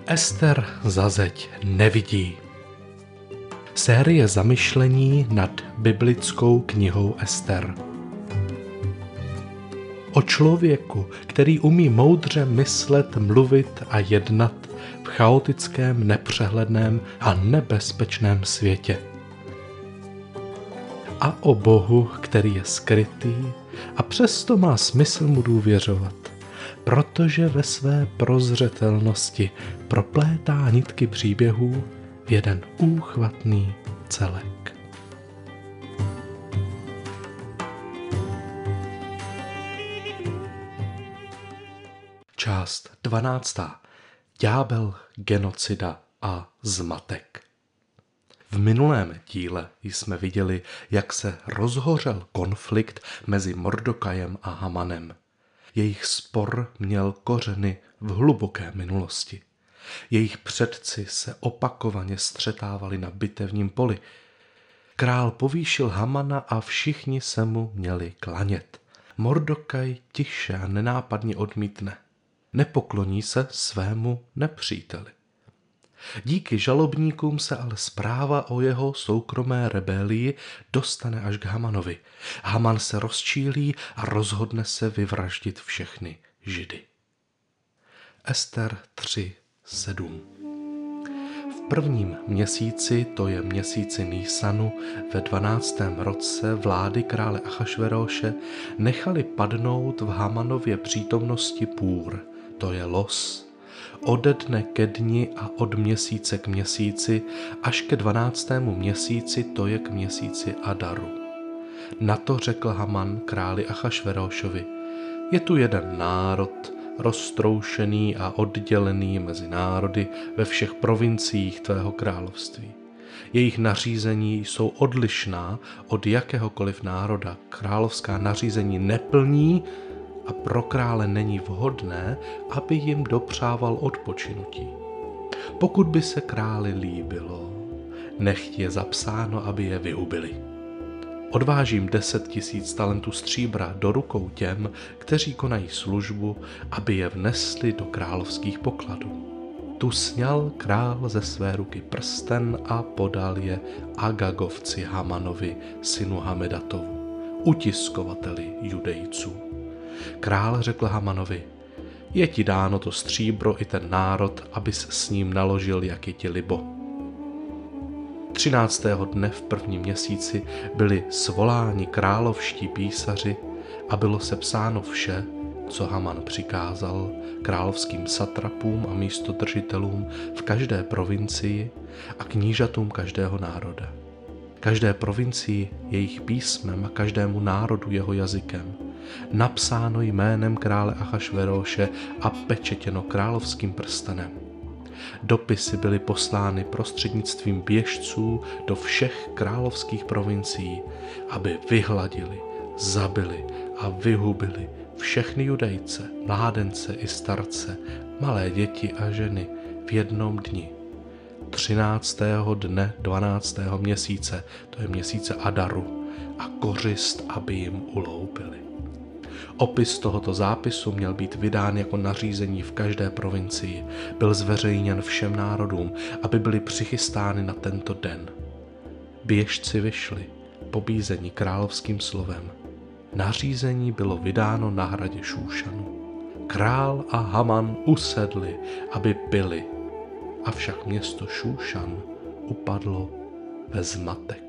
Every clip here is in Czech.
Ester za zeď nevidí. Série zamyšlení nad biblickou knihou Ester. O člověku, který umí moudře myslet, mluvit a jednat v chaotickém, nepřehledném a nebezpečném světě. A o Bohu, který je skrytý a přesto má smysl mu důvěřovat, protože ve své prozřetelnosti proplétá nitky příběhů v jeden úchvatný celek. Část 12. Ďábel, genocida a zmatek. V minulém díle jsme viděli, jak se rozhořel konflikt mezi Mordokajem a Hamanem. Jejich spor měl kořeny v hluboké minulosti. Jejich předci se opakovaně střetávali na bitevním poli. Král povýšil Hamana a všichni se mu měli klanět. Mordokaj tiše a nenápadně odmítne. Nepokloní se svému nepříteli. Díky žalobníkům se ale zpráva o jeho soukromé rebelii dostane až k Hamanovi. Haman se rozčílí a rozhodne se vyvraždit všechny Židy. Ester 3:7. V prvním měsíci, to je měsíci Nísanu, ve 12. roce vlády krále Achašveroše, nechali padnout v Hamanově přítomnosti půr, to je los, ode dne ke dni a od měsíce k měsíci až ke 12. měsíci, to je k měsíci Adaru. Na to řekl Haman králi Achašverošovi: je tu jeden národ, roztroušený a oddělený mezi národy ve všech provinciích tvého království. Jejich nařízení jsou odlišná od jakéhokoliv národa. Královská nařízení neplní a pro krále není vhodné, aby jim dopřával odpočinutí. Pokud by se králi líbilo, nechť je zapsáno, aby je vyhubili. Odvážím 10 000 talentů stříbra do rukou těm, kteří konají službu, aby je vnesli do královských pokladů. Tu sňal král ze své ruky prsten a podal je Agagovci Hamanovi, synu Hamedatovu, utiskovateli Judejců. Král řekl Hamanovi: je ti dáno to stříbro i ten národ, abys s ním naložil, jak je ti libo. 13. dne v prvním měsíci byli svoláni královští písaři a bylo sepsáno vše, co Haman přikázal královským satrapům a místodržitelům v každé provincii a knížatům každého národa. Každé provincii jejich písmem a každému národu jeho jazykem, napsáno jménem krále Achašveroše a pečetěno královským prstenem. Dopisy byly poslány prostřednictvím běžců do všech královských provincií, aby vyhladili, zabili a vyhubili všechny Judejce, mládence i starce, malé děti a ženy v jednom dni. 13. dne 12. měsíce, to je měsíce Adaru, a kořist, aby jim uloupili. Opis tohoto zápisu měl být vydán jako nařízení v každé provincii. Byl zveřejněn všem národům, aby byly přichystány na tento den. Běžci vyšli, pobízeni královským slovem. Nařízení bylo vydáno na hradě Šúšanu. Král a Haman usedli, aby pili, avšak město Šúšan upadlo ve zmatek.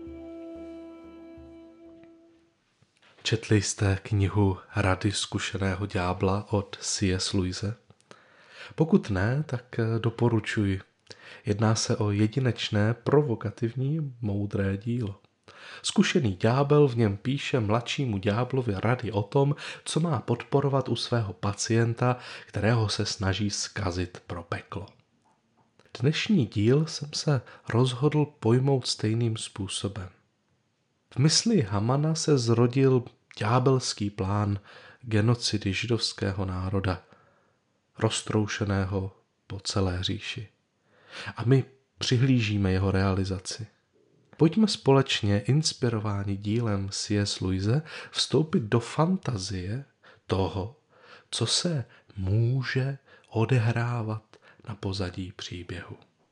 Četli jste knihu Rady zkušeného ďábla od C.S. Lewise? Pokud ne, tak doporučuji. Jedná se o jedinečné, provokativní, moudré dílo. Zkušený ďábel v něm píše mladšímu ďáblovi rady o tom, co má podporovat u svého pacienta, kterého se snaží zkazit pro peklo. Dnešní díl jsem se rozhodl pojmout stejným způsobem. V mysli Hamana se zrodil ďábelský plán genocidy židovského národa, roztroušeného po celé říši. A my přihlížíme jeho realizaci. Pojďme společně, inspirováni dílem C.S. Lewise, vstoupit do fantazie toho, co se může odehrávat na pozadí příběhu.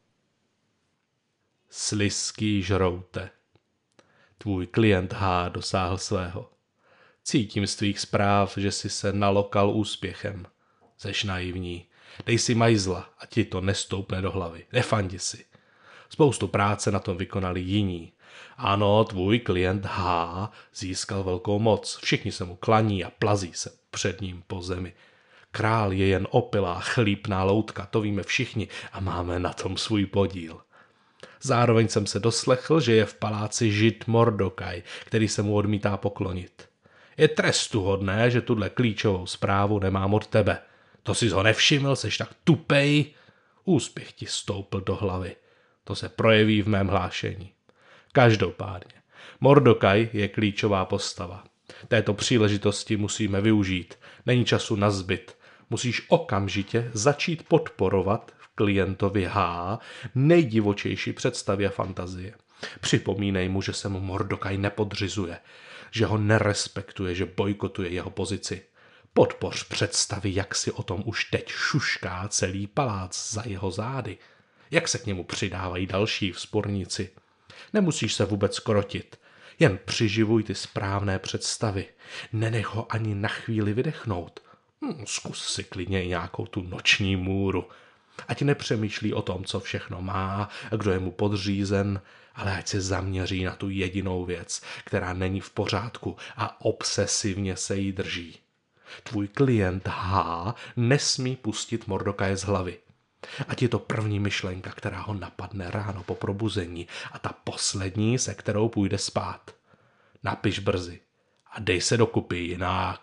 Slizký žroute. Tvůj klient H dosáhl svého. Cítím z tvých zpráv, že jsi se nalokal úspěchem. Seš naivní. Dej si majzla a ti to nestoupne do hlavy. Nefandi si. Spoustu práce na tom vykonali jiní. Ano, tvůj klient H získal velkou moc. Všichni se mu klaní a plazí se před ním po zemi. Král je jen opilá, chlípná loutka, to víme všichni a máme na tom svůj podíl. Zároveň jsem se doslechl, že je v paláci žid Mordokaj, který se mu odmítá poklonit. Je trestuhodné, že tuhle klíčovou zprávu nemám od tebe. To jsi ho nevšiml, seš tak tupej. Úspěch ti stoupl do hlavy. To se projeví v mém hlášení. Každopádně, Mordokaj je klíčová postava. Této příležitosti musíme využít. Není času na zbyt. Musíš okamžitě začít podporovat v klientovi H nejdivočejší představy a fantazie. Připomínej mu, že se mu Mordokaj nepodřizuje, že ho nerespektuje, že bojkotuje jeho pozici. Podpoř představy, jak si o tom už teď šušká celý palác za jeho zády. Jak se k němu přidávají další vzporníci. Nemusíš se vůbec krotit. Jen přiživuj ty správné představy. Nenech ho ani na chvíli vydechnout. Zkus si klidně nějakou tu noční můru. Ať nepřemýšlí o tom, co všechno má a kdo je mu podřízen, ale ať se zaměří na tu jedinou věc, která není v pořádku a obsesivně se jí drží. Tvůj klient H nesmí pustit Mordokaje z hlavy. Ať je to první myšlenka, která ho napadne ráno po probuzení a ta poslední, se kterou půjde spát. Napiš brzy a dej se dokupy jinak.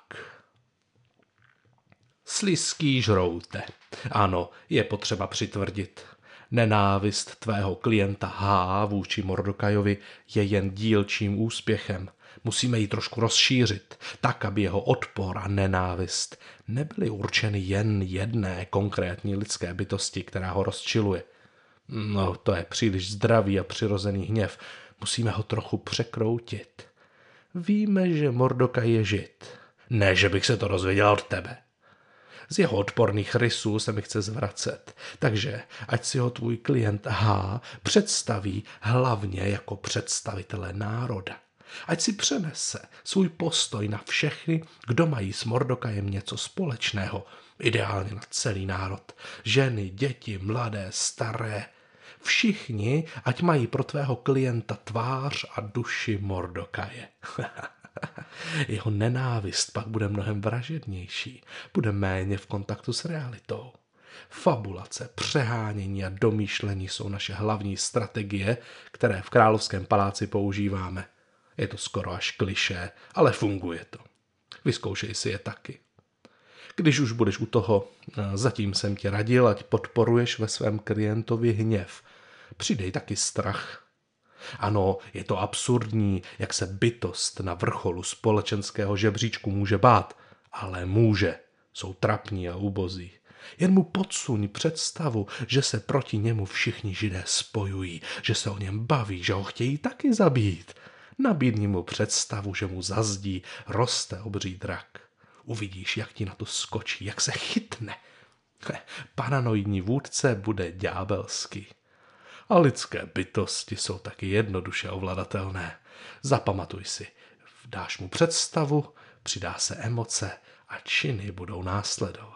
Slizký žroute. Ano, je potřeba přitvrdit. Nenávist tvého klienta H vůči Mordokajovi je jen dílčím úspěchem. Musíme ji trošku rozšířit, tak, aby jeho odpor a nenávist nebyly určeny jen jedné konkrétní lidské bytosti, která ho rozčiluje. No, to je příliš zdravý a přirozený hněv. Musíme ho trochu překroutit. Víme, že Mordokaj je žid. Ne, že bych se to dozvěděl od tebe. Z jeho odporných rysů se mi chce zvracet, takže ať si ho tvůj klient H představí hlavně jako představitele národa. Ať si přenese svůj postoj na všechny, kdo mají s Mordokajem něco společného, ideálně na celý národ. Ženy, děti, mladé, staré. Všichni, ať mají pro tvého klienta tvář a duši Mordokaje. Jeho nenávist pak bude mnohem vražednější, bude méně v kontaktu s realitou. Fabulace, přehánění a domýšlení jsou naše hlavní strategie, které v Královském paláci používáme. Je to skoro až klišé, ale funguje to. Vyzkoušej si je taky. Když už budeš u toho, zatím jsem ti radil, ať podporuješ ve svém klientovi hněv. Přidej taky strach. Ano, je to absurdní, jak se bytost na vrcholu společenského žebříčku může bát, ale může. Jsou trapní a ubozí. Jen mu podsuň představu, že se proti němu všichni židé spojují, že se o něm baví, že ho chtějí taky zabít. Nabídni mu představu, že mu zazdí roste obří drak. Uvidíš, jak ti na to skočí, jak se chytne. Paranoidní vůdce bude ďábelský. A lidské bytosti jsou taky jednoduše ovladatelné. Zapamatuj si, dáš mu představu, přidá se emoce a činy budou následovat.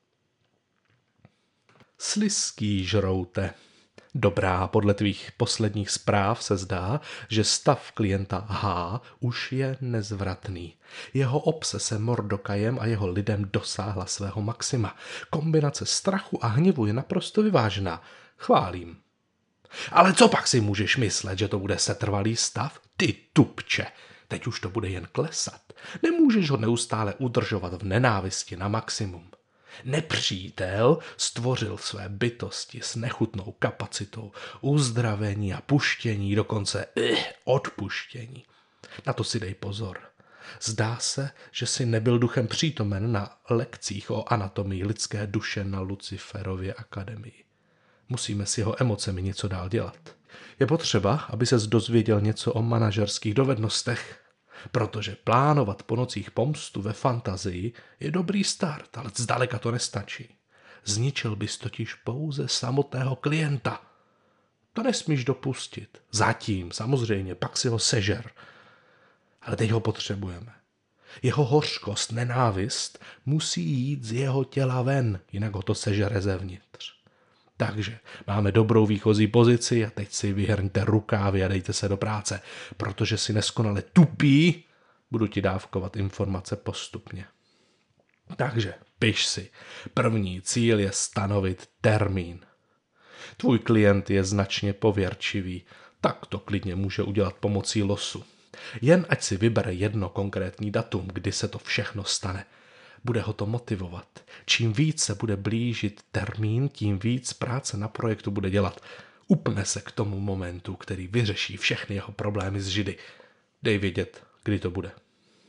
Slizký žroute. Dobrá, podle tvých posledních zpráv se zdá, že stav klienta H už je nezvratný. Jeho obsese Mordokajem a jeho lidem dosáhla svého maxima. Kombinace strachu a hněvu je naprosto vyvážená. Chválím. Ale co pak si můžeš myslet, že to bude setrvalý stav? Ty tupče, teď už to bude jen klesat. Nemůžeš ho neustále udržovat v nenávisti na maximum. Nepřítel stvořil své bytosti s nechutnou kapacitou uzdravení a puštění, dokonce odpuštění. Na to si dej pozor. Zdá se, že jsi nebyl duchem přítomen na lekcích o anatomii lidské duše na Luciferově akademii. Musíme s jeho emocemi něco dál dělat. Je potřeba, aby ses dozvěděl něco o manažerských dovednostech, protože plánovat po nocích pomstu ve fantazii je dobrý start, ale zdaleka to nestačí. Zničil bys totiž pouze samotného klienta. To nesmíš dopustit. Zatím, samozřejmě, pak si ho sežer. Ale teď ho potřebujeme. Jeho hořkost, nenávist musí jít z jeho těla ven, jinak ho to sežere zevnitř. Takže máme dobrou výchozí pozici a teď si vyhrňte rukávy a dejte se do práce, protože si neskonale tupí, budu ti dávkovat informace postupně. Takže piš si. První cíl je stanovit termín. Tvůj klient je značně pověrčivý, tak to klidně může udělat pomocí losu. Jen ať si vybere jedno konkrétní datum, kdy se to všechno stane. Bude ho to motivovat. Čím víc se bude blížit termín, tím víc práce na projektu bude dělat. Upne se k tomu momentu, který vyřeší všechny jeho problémy s Židy. Dej vědět, kdy to bude.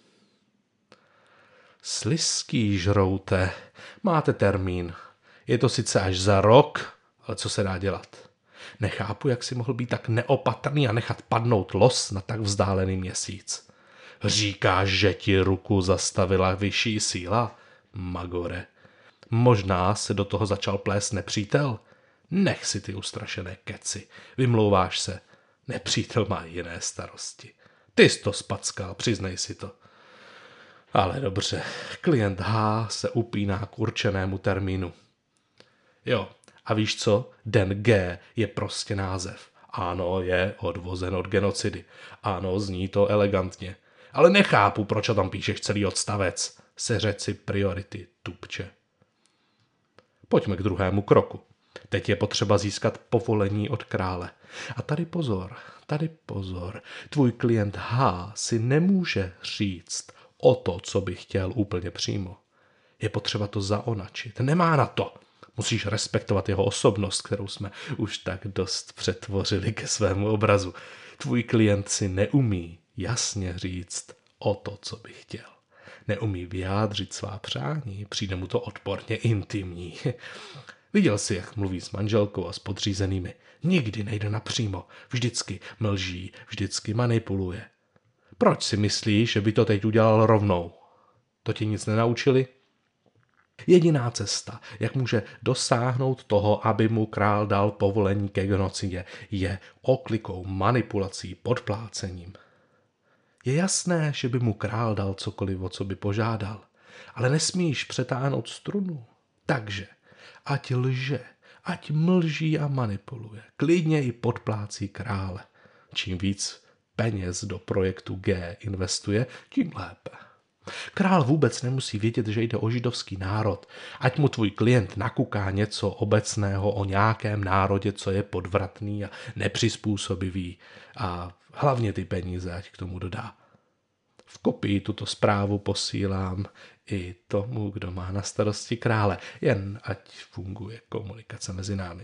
Slizký žroute, máte termín. Je to sice až za rok, ale co se dá dělat? Nechápu, jak si mohl být tak neopatrný a nechat padnout los na tak vzdálený měsíc. Říkáš, že ti ruku zastavila vyšší síla? Magore, možná se do toho začal plést nepřítel? Nech si ty ustrašené keci, vymlouváš se. Nepřítel má jiné starosti. Ty jsi to spackal, přiznej si to. Ale dobře, klient H se upíná k určenému termínu. Jo, a víš co? Den G je prostě název. Ano, je odvozen od genocidy. Ano, zní to elegantně. Ale nechápu, proč tam píšeš celý odstavec. Seřeď si priority, tupče. Pojďme k druhému kroku. Teď je potřeba získat povolení od krále. A tady pozor. Tvůj klient H si nemůže říct o to, co by chtěl úplně přímo. Je potřeba to zaonačit. Nemá na to. Musíš respektovat jeho osobnost, kterou jsme už tak dost přetvořili ke svému obrazu. Tvůj klient si neumí jasně říct o to, co by chtěl. Neumí vyjádřit svá přání, přijde mu to odporně intimní. Viděl jsi, jak mluví s manželkou a s podřízenými. Nikdy nejde napřímo, vždycky mlží, vždycky manipuluje. Proč si myslíš, že by to teď udělal rovnou? To ti nic nenaučili? Jediná cesta, jak může dosáhnout toho, aby mu král dal povolení ke genocidě, je oklikou, manipulací, podplácením. Je jasné, že by mu král dal cokoliv, o co by požádal, ale nesmíš přetáhnout strunu. Takže ať lže, ať mlží a manipuluje, klidně i podplácí krále. Čím víc peněz do projektu G investuje, tím lépe. Král vůbec nemusí vědět, že jde o židovský národ. Ať mu tvůj klient nakuká něco obecného o nějakém národě, co je podvratný a nepřizpůsobivý. A hlavně ty peníze, ať k tomu dodá. V kopii tuto zprávu posílám i tomu, kdo má na starosti krále, jen ať funguje komunikace mezi námi.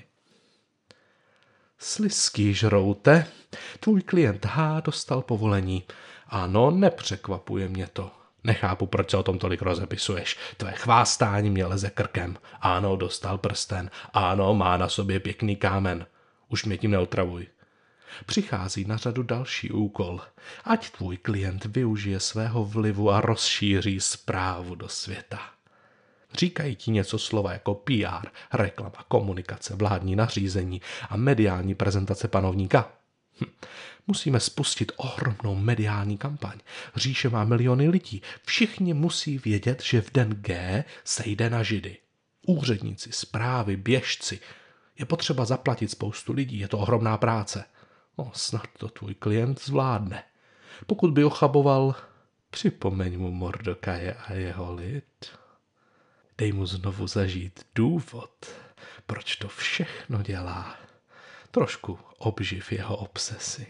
Slizký žroute, tvůj klient H dostal povolení. Ano, nepřekvapuje mě to. Nechápu, proč se o tom tolik rozepisuješ. Tvé chvástání mě leze krkem. Ano, dostal prsten. Ano, má na sobě pěkný kámen. Už mě tím neotravuj. Přichází na řadu další úkol. Ať tvůj klient využije svého vlivu a rozšíří zprávu do světa. Říkají ti něco slova jako PR, reklama, komunikace, vládní nařízení a mediální prezentace panovníka? Musíme spustit ohromnou mediální kampaň. Říše má miliony lidí. Všichni musí vědět, že v den G se jde na Židy. Úředníci, správy, běžci. Je potřeba zaplatit spoustu lidí, je to ohromná práce. No, snad to tvůj klient zvládne. Pokud by ochaboval, připomeň mu Mordokaje a jeho lid. Dej mu znovu zažít důvod, proč to všechno dělá. Trošku obživ jeho obsesy.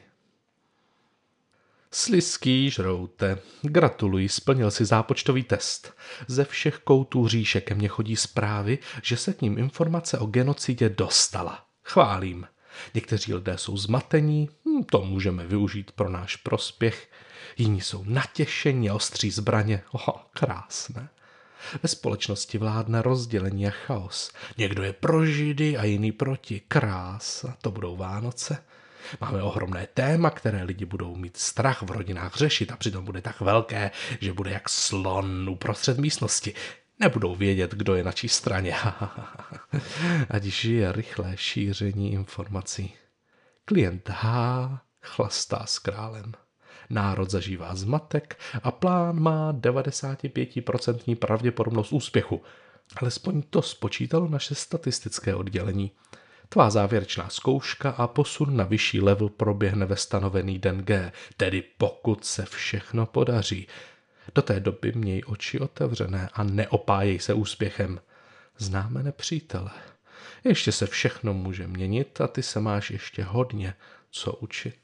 Slizký žroute, gratuluji, splnil si zápočtový test. Ze všech koutů říše ke mně chodí zprávy, že se k ním informace o genocidě dostala. Chválím. Někteří lidé jsou zmatení, to můžeme využít pro náš prospěch. Jiní jsou natěšení a ostří zbraně. Krásné. Ve společnosti vládne rozdělení a chaos. Někdo je pro Židy a jiný proti. Krása, to budou Vánoce. Máme ohromné téma, které lidi budou mít strach v rodinách řešit a přitom bude tak velké, že bude jak slon uprostřed místnosti. Nebudou vědět, kdo je na čí straně. Ať žije rychlé šíření informací. Klient H chlastá s králem. Národ zažívá zmatek a plán má 95% pravděpodobnost úspěchu. Alespoň to spočítalo naše statistické oddělení. Tvá závěrečná zkouška a posun na vyšší level proběhne ve stanovený den G, tedy pokud se všechno podaří. Do té doby měj oči otevřené a neopájej se úspěchem. Známe nepřítele. Ještě se všechno může měnit a ty se máš ještě hodně co učit.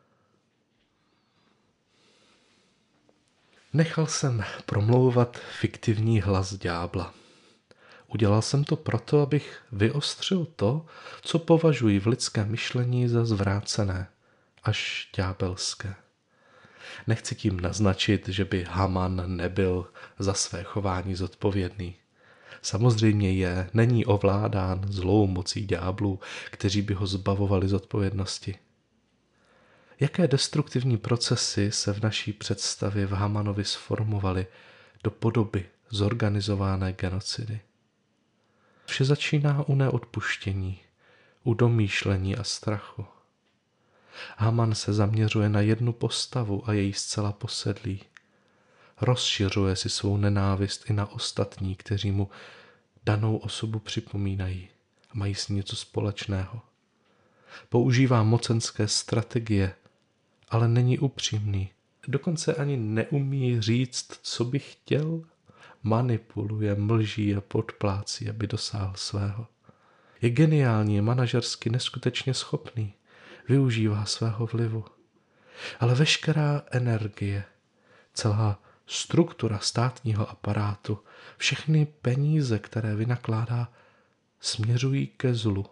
Nechal jsem promlouvat fiktivní hlas ďábla. Udělal jsem to proto, abych vyostřil to, co považuji v lidském myšlení za zvrácené, až ďábelské. Nechci tím naznačit, že by Haman nebyl za své chování zodpovědný. Samozřejmě není ovládán zlou mocí ďáblů, kteří by ho zbavovali zodpovědnosti. Jaké destruktivní procesy se v naší představě v Hamanovi sformovaly do podoby zorganizované genocidy? Vše začíná u neodpuštění, u domýšlení a strachu. Haman se zaměřuje na jednu postavu a její zcela posedlí. Rozšiřuje si svou nenávist i na ostatní, kteří mu danou osobu připomínají a mají s ní něco společného. Používá mocenské strategie, ale není upřímný. Dokonce ani neumí říct, co by chtěl. Manipuluje, mlží a podplácí, aby dosáhl svého. Je geniální, je manažersky neskutečně schopný. Využívá svého vlivu. Ale veškerá energie, celá struktura státního aparátu, všechny peníze, které vynakládá, směřují ke zlu.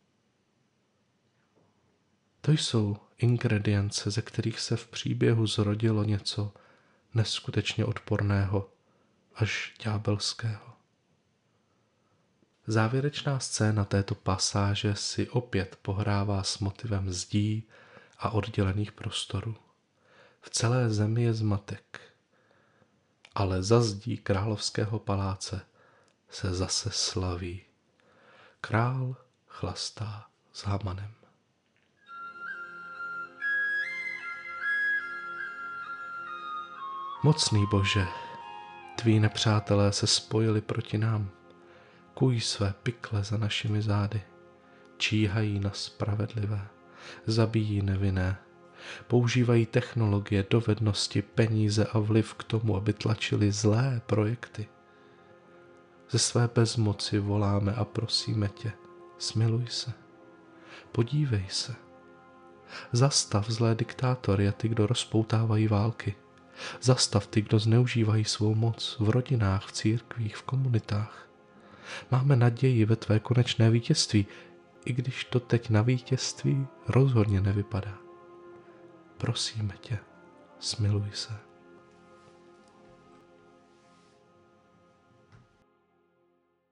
To jsou ingredience, ze kterých se v příběhu zrodilo něco neskutečně odporného až ďábelského. Závěrečná scéna této pasáže si opět pohrává s motivem zdí a oddělených prostorů. V celé zemi je zmatek, ale za zdí královského paláce se zase slaví. Král chlastá s Hamanem. Mocný Bože, tví nepřátelé se spojili proti nám. Kují své pikle za našimi zády. Číhají na spravedlivé. Zabíjí nevinné. Používají technologie, dovednosti, peníze a vliv k tomu, aby tlačili zlé projekty. Ze své bezmoci voláme a prosíme tě, smiluj se. Podívej se. Zastav zlé diktátory a ty, kdo rozpoutávají války. Zastav ty, kdo zneužívají svou moc v rodinách, v církvích, v komunitách. Máme naději ve tvé konečné vítězství, i když to teď na vítězství rozhodně nevypadá. Prosíme tě, smiluj se.